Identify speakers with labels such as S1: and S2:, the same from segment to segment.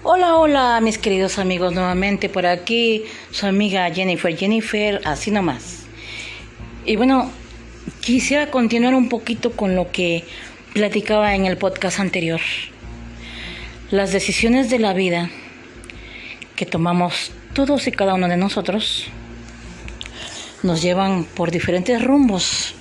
S1: Hola, hola, mis queridos amigos, nuevamente por aquí, su amiga Jennifer, así nomás. Y bueno, quisiera continuar un poquito con lo que platicaba en el podcast anterior. Las decisiones de la vida que tomamos todos y cada uno de nosotros nos llevan por diferentes rumbos,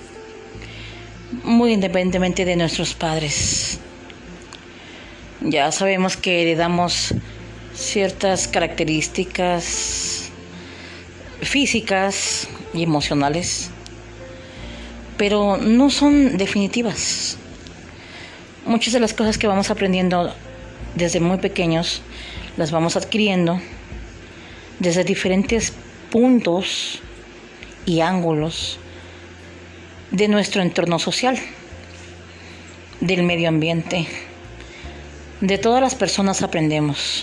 S1: muy independientemente de nuestros padres. Ya sabemos que heredamos ciertas características físicas y emocionales, pero no son definitivas. Muchas de las cosas que vamos aprendiendo desde muy pequeños las vamos adquiriendo desde diferentes puntos y ángulos de nuestro entorno social, del medio ambiente. De todas las personas aprendemos.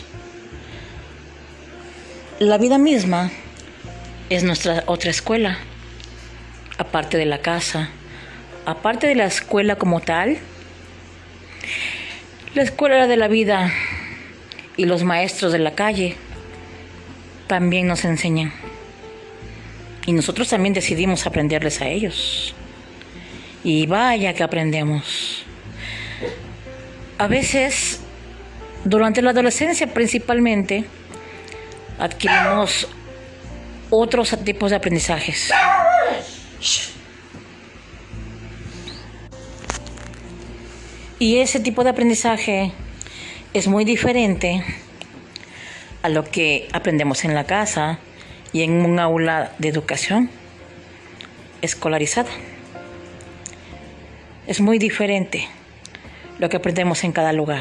S1: La vida misma es nuestra otra escuela, aparte de la casa, aparte de la escuela como tal. La escuela de la vida y los maestros de la calle también nos enseñan. Y nosotros también decidimos aprenderles a ellos. Y vaya que aprendemos. A veces, durante la adolescencia principalmente, adquirimos otros tipos de aprendizajes. Y ese tipo de aprendizaje es muy diferente a lo que aprendemos en la casa y en un aula de educación escolarizada. Es muy diferente lo que aprendemos en cada lugar.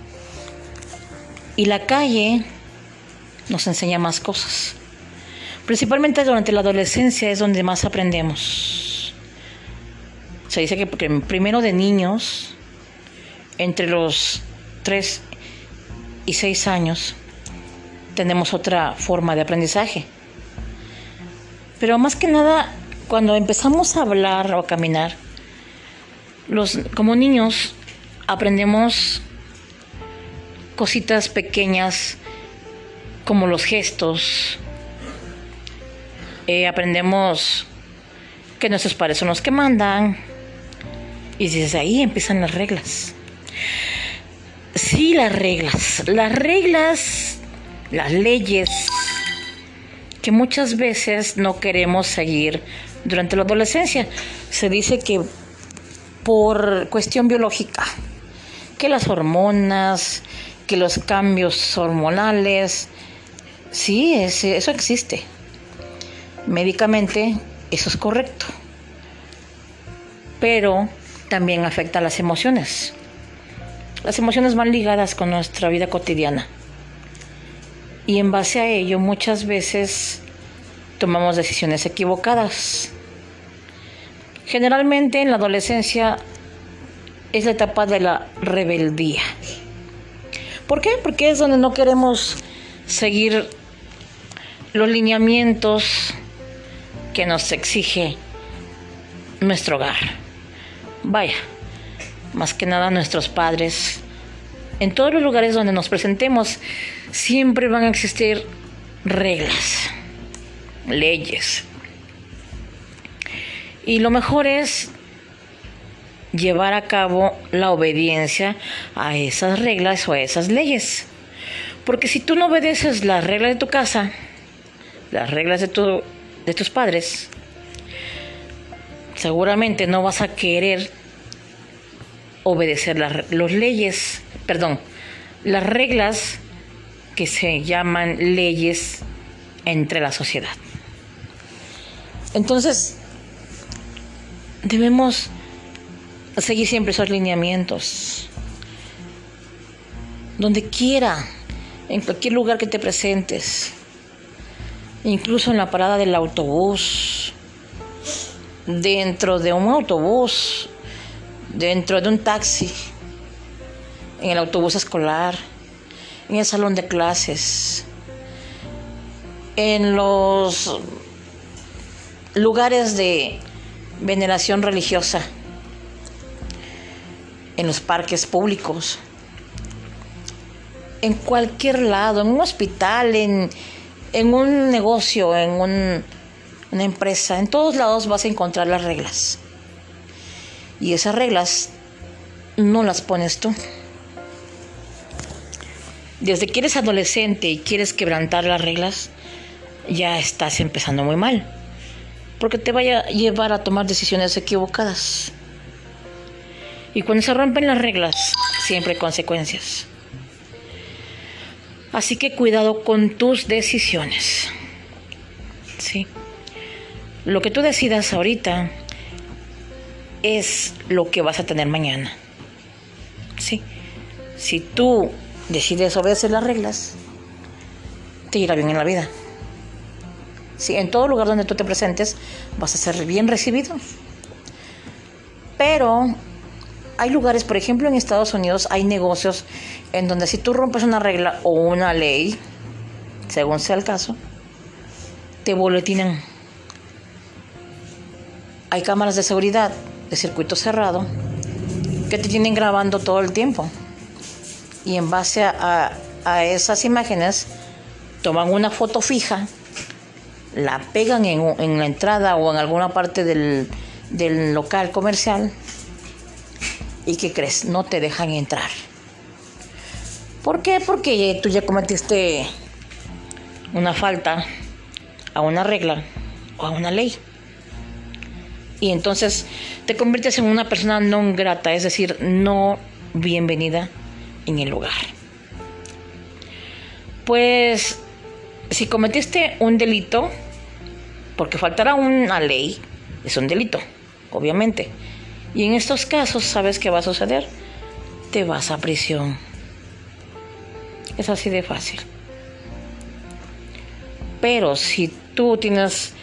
S1: Y la calle nos enseña más cosas. Principalmente durante la adolescencia es donde más aprendemos. Se dice que primero de niños, entre los 3 y 6 años, tenemos otra forma de aprendizaje. Pero más que nada, cuando empezamos a hablar o a caminar, como niños aprendemos cositas pequeñas como los gestos. Aprendemos que nuestros padres son los que mandan. Y desde ahí empiezan las reglas. Sí, las leyes que muchas veces no queremos seguir durante la adolescencia. Se dice que por cuestión biológica, que las hormonas, que los cambios hormonales, sí, eso existe. Médicamente, eso es correcto. Pero también afecta a las emociones. Las emociones van ligadas con nuestra vida cotidiana. Y en base a ello, muchas veces tomamos decisiones equivocadas. Generalmente en la adolescencia es la etapa de la rebeldía. ¿Por qué? Porque es donde no queremos seguir los lineamientos que nos exige nuestro hogar. Vaya, más que nada nuestros padres. En todos los lugares donde nos presentemos siempre van a existir reglas, leyes. Y lo mejor es llevar a cabo la obediencia a esas reglas o a esas leyes. Porque si tú no obedeces las reglas de tu casa, las reglas de tus padres, seguramente no vas a querer obedecer las reglas que se llaman leyes entre la sociedad. Entonces, debemos seguir siempre esos lineamientos. Donde quiera, en cualquier lugar que te presentes, incluso en la parada del autobús, dentro de un autobús, dentro de un taxi, en el autobús escolar, en el salón de clases, en los lugares de veneración religiosa, en los parques públicos. en cualquier lado, en un hospital, en un negocio, en una empresa, en todos lados vas a encontrar las reglas. Y esas reglas no las pones tú. Desde que eres adolescente y quieres quebrantar las reglas, ya estás empezando muy mal, porque te vaya a llevar a tomar decisiones equivocadas. Y cuando se rompen las reglas, siempre hay consecuencias. Así que cuidado con tus decisiones. ¿Sí? Lo que tú decidas ahorita es lo que vas a tener mañana. ¿Sí? Si tú decides obedecer las reglas, te irá bien en la vida. Sí, en todo lugar donde tú te presentes vas a ser bien recibido. Pero hay lugares, por ejemplo en Estados Unidos, hay negocios en donde si tú rompes una regla o una ley, según sea el caso, te boletinan. Hay cámaras de seguridad de circuito cerrado que te tienen grabando todo el tiempo. Y en base a esas imágenes, toman una foto fija, la pegan en la entrada o en alguna parte del local comercial. ¿Y qué crees? No te dejan entrar. ¿Por qué? Porque tú ya cometiste una falta a una regla o a una ley. Y entonces te conviertes en una persona non grata, es decir, no bienvenida en el lugar. Pues si cometiste un delito, porque faltará una ley, es un delito, obviamente. Y en estos casos, ¿sabes qué va a suceder? Te vas a prisión. Es así de fácil. Pero si tú tiendes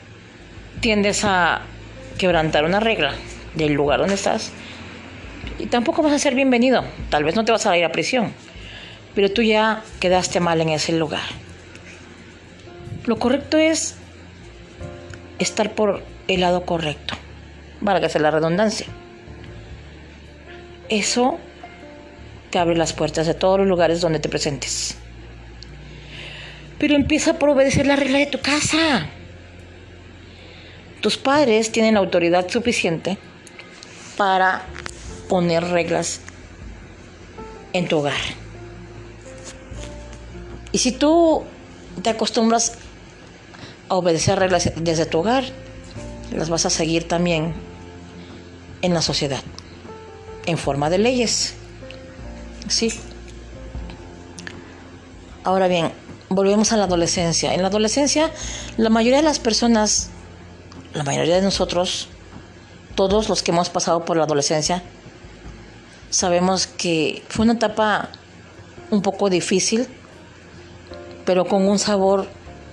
S1: a quebrantar una regla del lugar donde estás, y tampoco vas a ser bienvenido. Tal vez no te vas a ir a prisión, pero tú ya quedaste mal en ese lugar. Lo correcto es estar por el lado correcto, válgase la redundancia. Eso te abre las puertas de todos los lugares donde te presentes. Pero empieza por obedecer la regla de tu casa. Tus padres tienen la autoridad suficiente para poner reglas en tu hogar. Y si tú te acostumbras a obedecer reglas desde tu hogar, las vas a seguir también en la sociedad, en forma de leyes. ¿Sí? Ahora bien, volvemos a la adolescencia. En la adolescencia, la mayoría de las personas, la mayoría de nosotros, todos los que hemos pasado por la adolescencia, sabemos que fue una etapa un poco difícil, pero con un sabor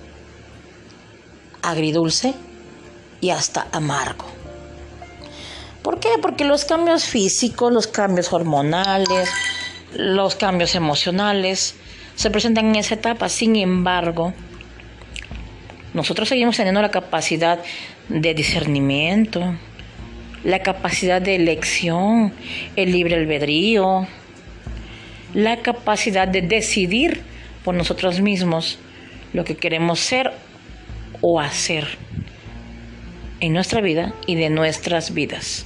S1: agridulce y hasta amargo. ¿Por qué? Porque los cambios físicos, los cambios hormonales, los cambios emocionales se presentan en esa etapa. Sin embargo, nosotros seguimos teniendo la capacidad de discernimiento, la capacidad de elección, el libre albedrío, la capacidad de decidir por nosotros mismos lo que queremos ser o hacer en nuestra vida y de nuestras vidas.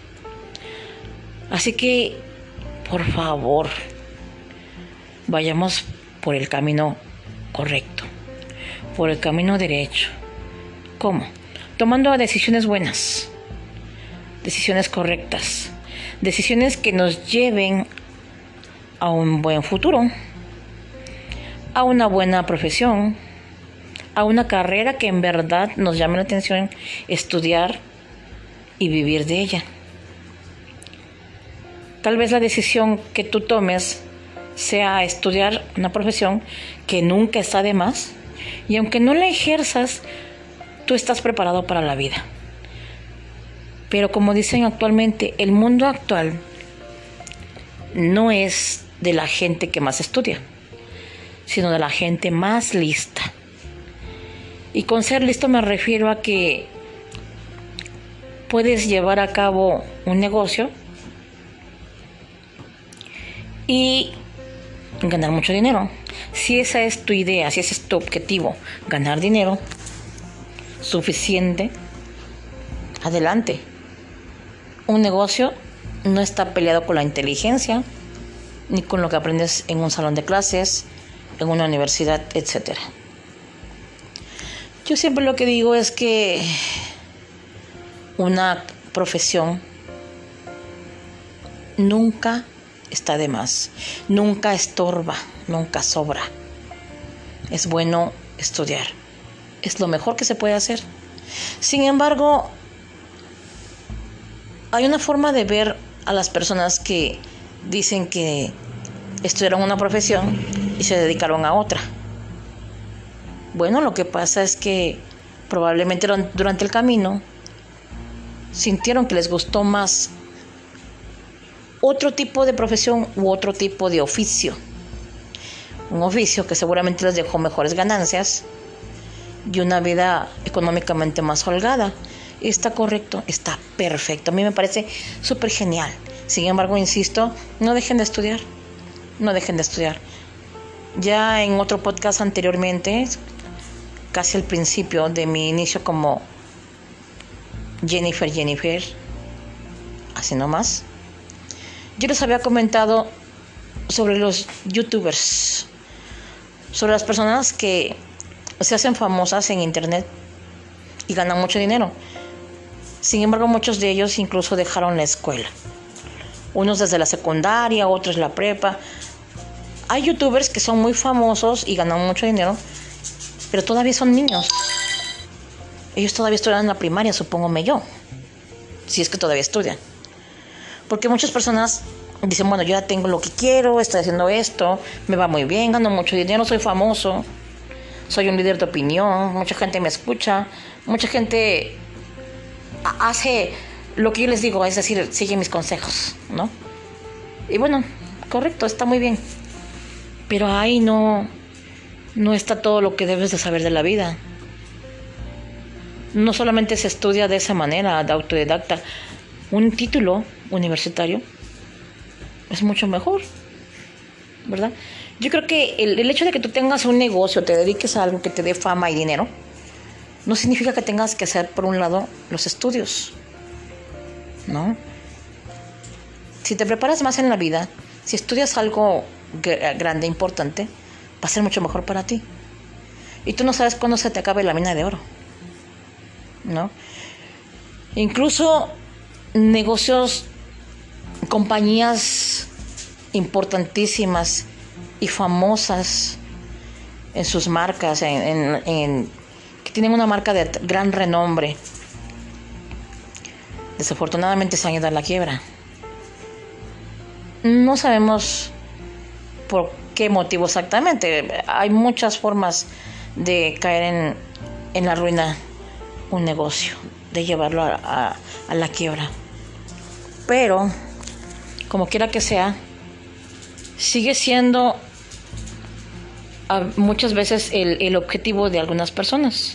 S1: Así que, por favor, vayamos por el camino correcto, por el camino derecho. ¿Cómo? Tomando decisiones buenas, decisiones correctas, decisiones que nos lleven a un buen futuro, a una buena profesión, a una carrera que en verdad nos llame la atención estudiar y vivir de ella. Tal vez la decisión que tú tomes sea estudiar una profesión que nunca está de más, y aunque no la ejerzas, tú estás preparado para la vida. Pero como dicen actualmente, el mundo actual no es de la gente que más estudia, sino de la gente más lista. Y con ser listo me refiero a que puedes llevar a cabo un negocio y ganar mucho dinero. Si esa es tu idea, si ese es tu objetivo, ganar dinero suficiente, adelante. Un negocio no está peleado con la inteligencia, ni con lo que aprendes en un salón de clases, en una universidad, etc. Yo siempre lo que digo es que una profesión nunca está de más, nunca estorba, nunca sobra. Es bueno estudiar, es lo mejor que se puede hacer. Sin embargo, hay una forma de ver a las personas que dicen que estudiaron una profesión y se dedicaron a otra. Bueno, lo que pasa es que probablemente durante el camino sintieron que les gustó más otro tipo de profesión u otro tipo de oficio. Un oficio que seguramente les dejó mejores ganancias y una vida económicamente más holgada. Está correcto, está perfecto. A mí me parece súper genial. Sin embargo, insisto, no dejen de estudiar. No dejen de estudiar. Ya en otro podcast anteriormente, casi al principio de mi inicio como Jennifer, así nomás, yo les había comentado sobre los youtubers, sobre las personas que se hacen famosas en internet y ganan mucho dinero. Sin embargo, muchos de ellos incluso dejaron la escuela. Unos desde la secundaria, otros la prepa. Hay youtubers que son muy famosos y ganan mucho dinero, pero todavía son niños. Ellos todavía estudian en la primaria, supóngome yo, si es que todavía estudian. Porque muchas personas dicen, bueno, yo ya tengo lo que quiero, estoy haciendo esto, me va muy bien, gano mucho dinero, soy famoso, soy un líder de opinión, mucha gente me escucha, mucha gente hace lo que yo les digo, es decir, sigue mis consejos, ¿no? Y bueno, correcto, está muy bien. Pero ahí no está todo lo que debes de saber de la vida. No solamente se estudia de esa manera, de autodidacta. Un título universitario es mucho mejor, ¿verdad? Yo creo que el hecho de que tú tengas un negocio, te dediques a algo que te dé fama y dinero, no significa que tengas que hacer por un lado los estudios, ¿no? Si te preparas más en la vida, si estudias algo grande, importante, va a ser mucho mejor para ti. Y tú no sabes cuándo se te acabe la mina de oro, ¿no? Incluso negocios, compañías importantísimas y famosas en sus marcas, que tienen una marca de gran renombre, desafortunadamente se han ido a la quiebra. No sabemos por qué motivo exactamente. Hay muchas formas de caer en la ruina un negocio, de llevarlo a la quiebra. Pero, como quiera que sea, sigue siendo muchas veces el objetivo de algunas personas.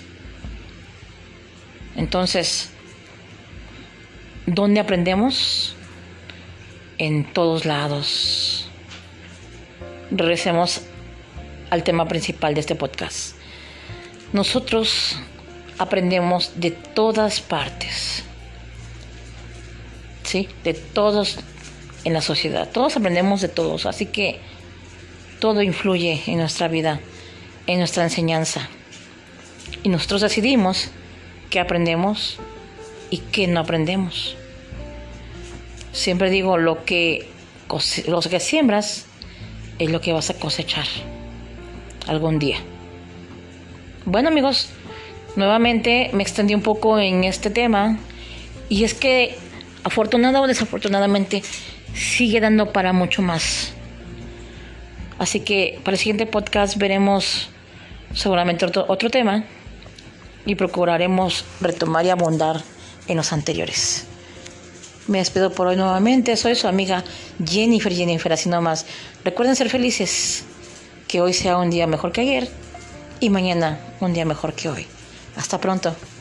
S1: Entonces, ¿dónde aprendemos? En todos lados. Regresemos al tema principal de este podcast. Nosotros aprendemos de todas partes, ¿sí? De todos en la sociedad. Todos aprendemos de todos, así que todo influye en nuestra vida, en nuestra enseñanza. Y nosotros decidimos qué aprendemos y qué no aprendemos. Siempre digo, lo que siembras es lo que vas a cosechar algún día. Bueno, amigos, nuevamente me extendí un poco en este tema, y es que afortunada o desafortunadamente sigue dando para mucho más. Así que para el siguiente podcast veremos seguramente otro tema y procuraremos retomar y abundar en los anteriores. Me despido por hoy nuevamente. Soy su amiga Jennifer, así nomás. Recuerden ser felices. Que hoy sea un día mejor que ayer y mañana un día mejor que hoy. Hasta pronto.